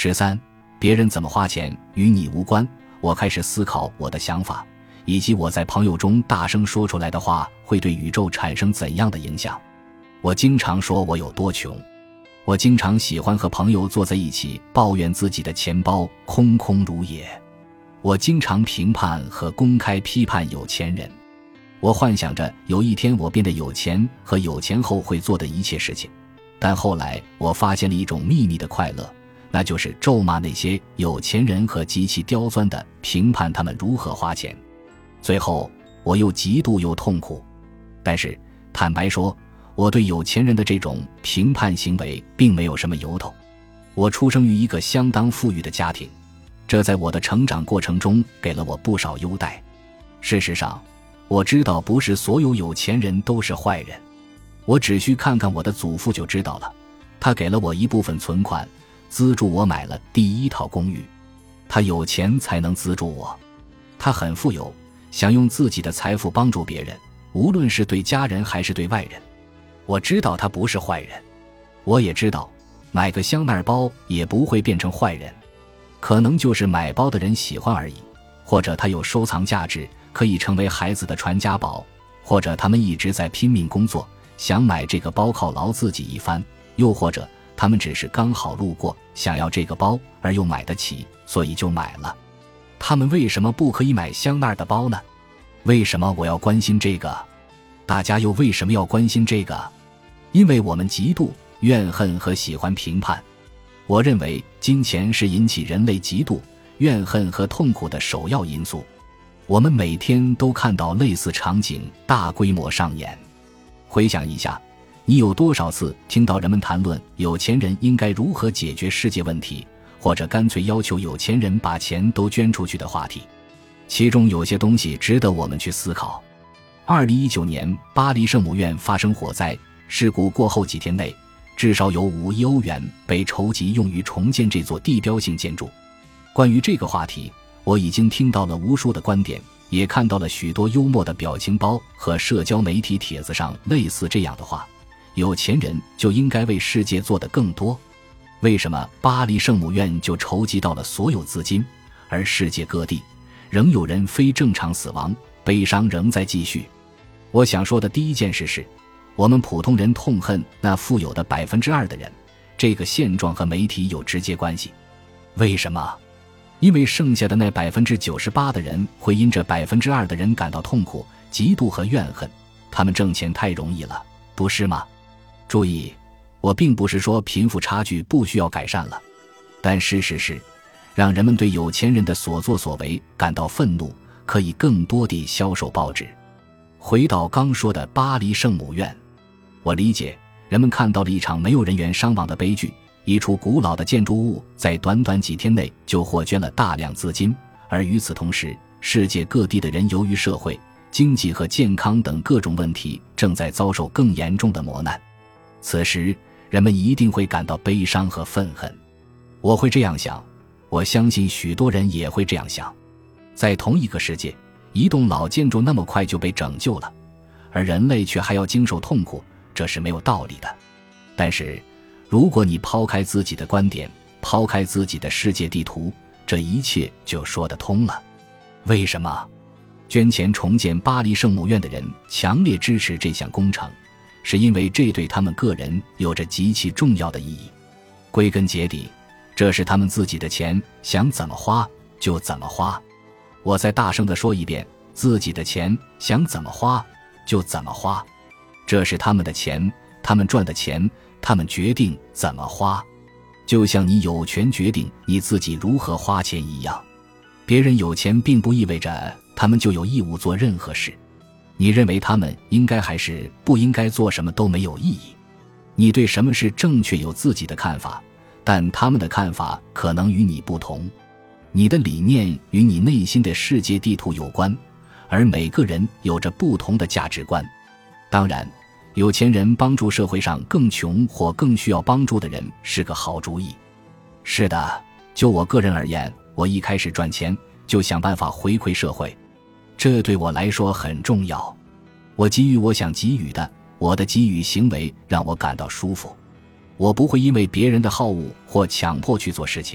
13. 别人怎么花钱与你无关。我开始思考我的想法，以及我在朋友中大声说出来的话会对宇宙产生怎样的影响。我经常说我有多穷。我经常喜欢和朋友坐在一起抱怨自己的钱包空空如也。我经常评判和公开批判有钱人。我幻想着有一天我变得有钱和有钱后会做的一切事情，但后来我发现了一种秘密的快乐，那就是咒骂那些有钱人和极其刁钻地评判他们如何花钱。最后我又嫉妒又痛苦。但是坦白说，我对有钱人的这种评判行为并没有什么由头。我出生于一个相当富裕的家庭，这在我的成长过程中给了我不少优待。事实上，我知道不是所有有钱人都是坏人。我只需看看我的祖父就知道了。他给了我一部分存款，资助我买了第一套公寓。他有钱才能资助我。他很富有，想用自己的财富帮助别人，无论是对家人还是对外人。我知道他不是坏人。我也知道买个香奈包也不会变成坏人，可能就是买包的人喜欢而已，或者他有收藏价值，可以成为孩子的传家宝，或者他们一直在拼命工作，想买这个包犒劳自己一番，又或者他们只是刚好路过，想要这个包而又买得起，所以就买了。他们为什么不可以买香奈儿的包呢？为什么我要关心这个？大家又为什么要关心这个？因为我们嫉妒、怨恨和喜欢评判。我认为金钱是引起人类嫉妒、怨恨和痛苦的首要因素。我们每天都看到类似场景大规模上演。回想一下，你有多少次听到人们谈论有钱人应该如何解决世界问题，或者干脆要求有钱人把钱都捐出去的话题？其中有些东西值得我们去思考。2019年巴黎圣母院发生火灾，事故过后几天内，至少有5亿欧元被筹集用于重建这座地标性建筑。关于这个话题，我已经听到了无数的观点，也看到了许多幽默的表情包和社交媒体帖子上类似这样的话：有钱人就应该为世界做得更多。为什么巴黎圣母院就筹集到了所有资金，而世界各地仍有人非正常死亡，悲伤仍在继续？我想说的第一件事是，我们普通人痛恨那富有的 2% 的人，这个现状和媒体有直接关系。为什么？因为剩下的那 98% 的人会因这 2% 的人感到痛苦、嫉妒和怨恨，他们挣钱太容易了，不是吗？注意，我并不是说贫富差距不需要改善了，但事实是，让人们对有钱人的所作所为感到愤怒，可以更多地销售报纸。回到刚说的巴黎圣母院，我理解人们看到了一场没有人员伤亡的悲剧，一处古老的建筑物在短短几天内就获捐了大量资金，而与此同时，世界各地的人由于社会、经济和健康等各种问题正在遭受更严重的磨难。此时人们一定会感到悲伤和愤恨。我会这样想，我相信许多人也会这样想。在同一个世界，一栋老建筑那么快就被拯救了，而人类却还要经受痛苦，这是没有道理的。但是如果你抛开自己的观点，抛开自己的世界地图，这一切就说得通了。为什么？捐钱重建巴黎圣母院的人强烈支持这项工程，是因为这对他们个人有着极其重要的意义。归根结底，这是他们自己的钱，想怎么花就怎么花。我再大声地说一遍，自己的钱想怎么花就怎么花。这是他们的钱，他们赚的钱，他们决定怎么花，就像你有权决定你自己如何花钱一样。别人有钱并不意味着他们就有义务做任何事，你认为他们应该还是不应该做什么都没有意义。你对什么是正确有自己的看法，但他们的看法可能与你不同。你的理念与你内心的世界地图有关，而每个人有着不同的价值观。当然，有钱人帮助社会上更穷或更需要帮助的人是个好主意。是的，就我个人而言，我一开始赚钱就想办法回馈社会，这对我来说很重要。我给予我想给予的，我的给予行为让我感到舒服。我不会因为别人的好恶或强迫去做事情，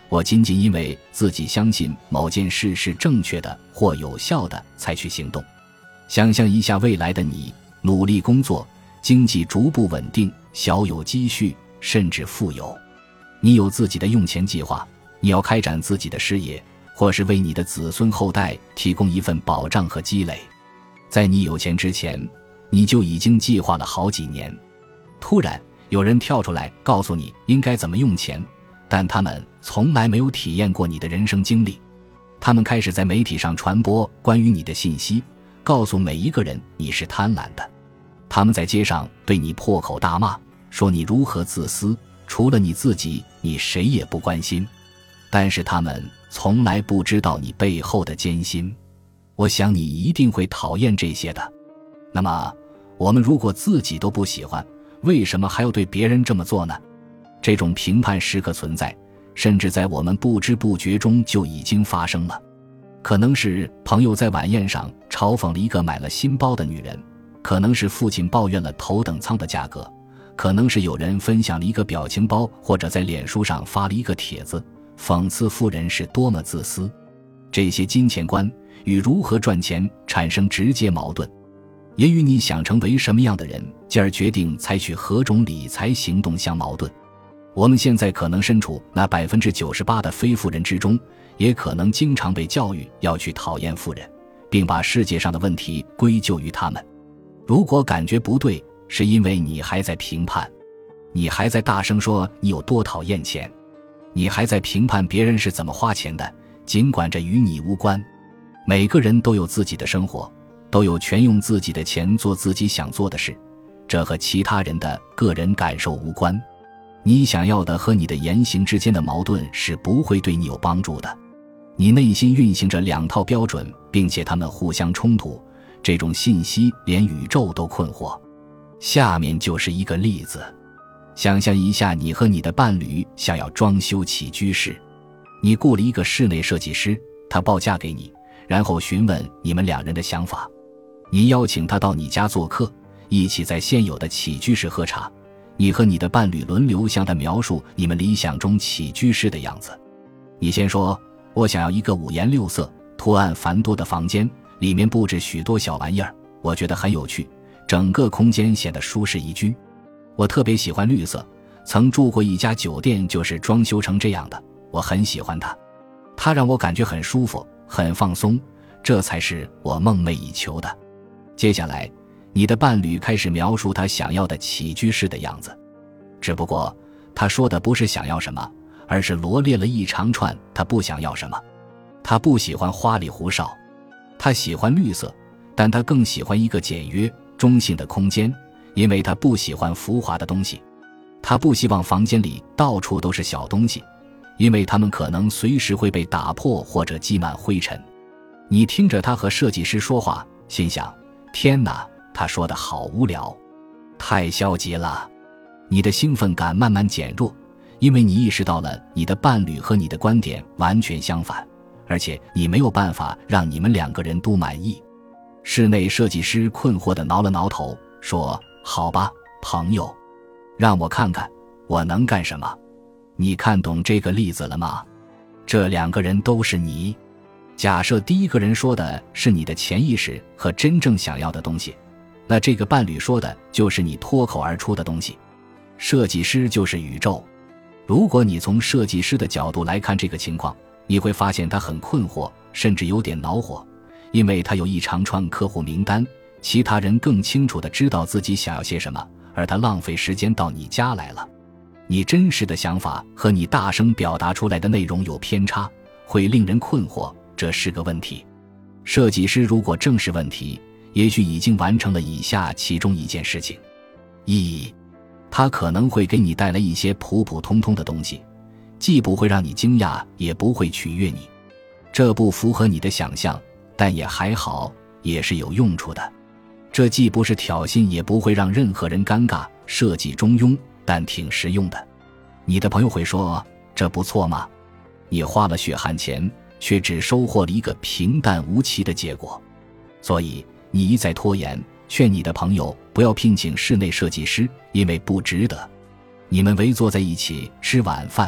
我仅仅因为自己相信某件事是正确的或有效的才去行动。想象一下未来的你，努力工作，经济逐步稳定，小有积蓄，甚至富有。你有自己的用钱计划，你要开展自己的事业，或是为你的子孙后代提供一份保障和积累。在你有钱之前，你就已经计划了好几年。突然有人跳出来告诉你应该怎么用钱，但他们从来没有体验过你的人生经历。他们开始在媒体上传播关于你的信息，告诉每一个人你是贪婪的。他们在街上对你破口大骂，说你如何自私，除了你自己，你谁也不关心。但是他们从来不知道你背后的艰辛。我想你一定会讨厌这些的。那么，我们如果自己都不喜欢，为什么还要对别人这么做呢？这种评判时刻存在，甚至在我们不知不觉中就已经发生了。可能是朋友在晚宴上嘲讽了一个买了新包的女人，可能是父亲抱怨了头等舱的价格，可能是有人分享了一个表情包，或者在脸书上发了一个帖子，讽刺富人是多么自私。这些金钱观与如何赚钱产生直接矛盾，也与你想成为什么样的人，进而决定采取何种理财行动相矛盾。我们现在可能身处那 98% 的非富人之中，也可能经常被教育要去讨厌富人，并把世界上的问题归咎于他们。如果感觉不对，是因为你还在评判，你还在大声说你有多讨厌钱，你还在评判别人是怎么花钱的，尽管这与你无关。每个人都有自己的生活，都有权用自己的钱做自己想做的事，这和其他人的个人感受无关。你想要的和你的言行之间的矛盾是不会对你有帮助的。你内心运行着两套标准，并且它们互相冲突，这种信息连宇宙都困惑。下面就是一个例子，想象一下，你和你的伴侣想要装修起居室，你雇了一个室内设计师，他报价给你，然后询问你们两人的想法。你邀请他到你家做客，一起在现有的起居室喝茶。你和你的伴侣轮流向他描述你们理想中起居室的样子。你先说，我想要一个五颜六色、图案繁多的房间，里面布置许多小玩意儿，我觉得很有趣，整个空间显得舒适宜居。我特别喜欢绿色，曾住过一家酒店就是装修成这样的，我很喜欢它。它让我感觉很舒服，很放松，这才是我梦寐以求的。接下来，你的伴侣开始描述他想要的起居室的样子，只不过他说的不是想要什么，而是罗列了一长串他不想要什么。他不喜欢花里胡哨，他喜欢绿色，但他更喜欢一个简约中性的空间，因为他不喜欢浮华的东西。他不希望房间里到处都是小东西，因为它们可能随时会被打破或者积满灰尘。你听着他和设计师说话，心想，天哪，他说的好无聊，太消极了。你的兴奋感慢慢减弱，因为你意识到了你的伴侣和你的观点完全相反，而且你没有办法让你们两个人都满意。室内设计师困惑地挠了挠头，说，好吧，朋友，让我看看我能干什么。你看懂这个例子了吗？这两个人都是你。假设第一个人说的是你的潜意识和真正想要的东西，那这个伴侣说的就是你脱口而出的东西。设计师就是宇宙。如果你从设计师的角度来看这个情况，你会发现他很困惑，甚至有点恼火，因为他有一长串客户名单，其他人更清楚地知道自己想要些什么，而他浪费时间到你家来了。你真实的想法和你大声表达出来的内容有偏差，会令人困惑，这是个问题。设计师如果正视问题，也许已经完成了以下其中一件事情：一，他可能会给你带来一些普普通通的东西，既不会让你惊讶，也不会取悦你。这不符合你的想象，但也还好，也是有用处的。这既不是挑衅，也不会让任何人尴尬，设计中庸，但挺实用的。你的朋友会说，这不错吗？你花了血汗钱，却只收获了一个平淡无奇的结果。所以你一再拖延，劝你的朋友不要聘请室内设计师，因为不值得。你们围坐在一起吃晚饭，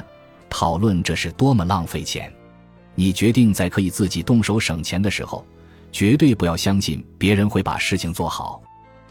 讨论这是多么浪费钱。你决定在可以自己动手省钱的时候，绝对不要相信别人会把事情做好。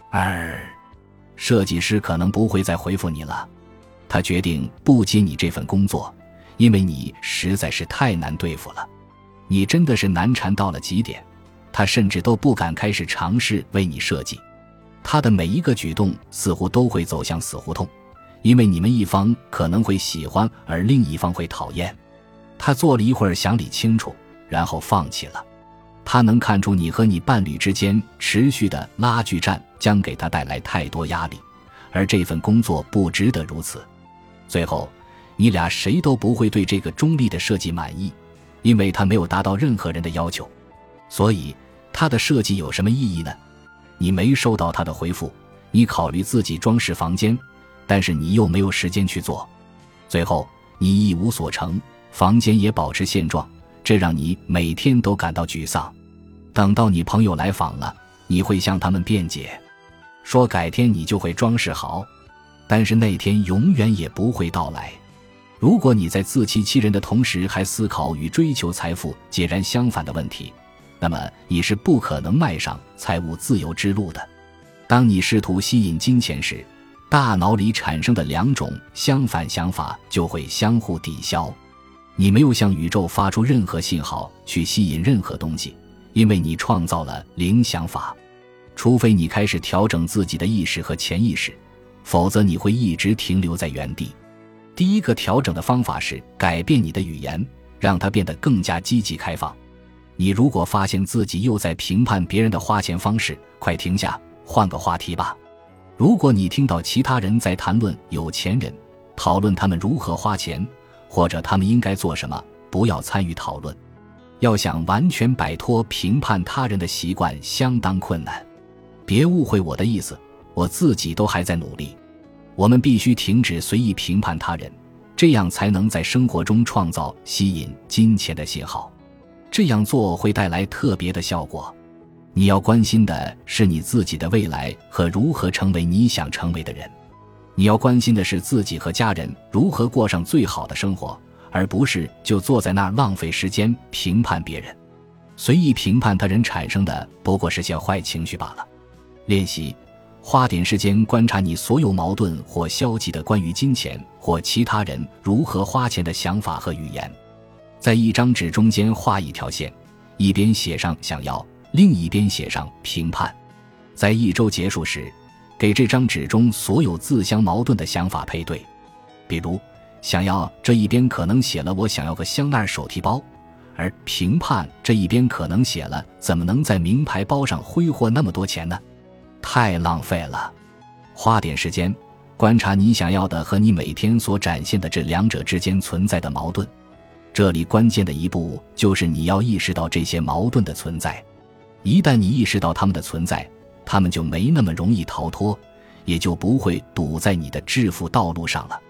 设计师可能不会再回复你了，他决定不接你这份工作，因为你实在是太难对付了。你真的是难缠到了极点，他甚至都不敢开始尝试为你设计。他的每一个举动似乎都会走向死胡同，因为你们一方可能会喜欢，而另一方会讨厌。他坐了一会儿想理清楚，然后放弃了。他能看出你和你伴侣之间持续的拉锯战将给他带来太多压力，而这份工作不值得如此。最后，你俩谁都不会对这个中立的设计满意，因为他没有达到任何人的要求。所以，他的设计有什么意义呢？你没收到他的回复，你考虑自己装饰房间，但是你又没有时间去做。最后，你一无所成，房间也保持现状，这让你每天都感到沮丧。等到你朋友来访了，你会向他们辩解，说改天你就会装饰好，但是那天永远也不会到来。如果你在自欺欺人的同时还思考与追求财富截然相反的问题，那么你是不可能迈上财务自由之路的。当你试图吸引金钱时，大脑里产生的两种相反想法就会相互抵消。你没有向宇宙发出任何信号去吸引任何东西，因为你创造了零想法。除非你开始调整自己的意识和潜意识，否则你会一直停留在原地。第一个调整的方法是改变你的语言，让它变得更加积极开放。你如果发现自己又在评判别人的花钱方式，快停下，换个话题吧。如果你听到其他人在谈论有钱人，讨论他们如何花钱，或者他们应该做什么，不要参与讨论。要想完全摆脱评判他人的习惯相当困难。别误会我的意思，我自己都还在努力。我们必须停止随意评判他人，这样才能在生活中创造吸引金钱的信号。这样做会带来特别的效果。你要关心的是你自己的未来和如何成为你想成为的人。你要关心的是自己和家人如何过上最好的生活，而不是就坐在那儿浪费时间评判别人。随意评判他人产生的不过是些坏情绪罢了。练习，花点时间观察你所有矛盾或消极的关于金钱或其他人如何花钱的想法和语言。在一张纸中间画一条线，一边写上想要，另一边写上评判。在一周结束时，给这张纸中所有自相矛盾的想法配对。比如，想要这一边可能写了我想要个香奈儿手提包，而评判这一边可能写了怎么能在名牌包上挥霍那么多钱呢？太浪费了。花点时间观察你想要的和你每天所展现的这两者之间存在的矛盾。这里关键的一步就是你要意识到这些矛盾的存在。一旦你意识到它们的存在，它们就没那么容易逃脱，也就不会堵在你的致富道路上了。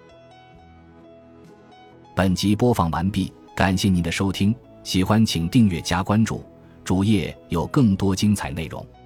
本集播放完毕，感谢您的收听，喜欢请订阅加关注，主页有更多精彩内容。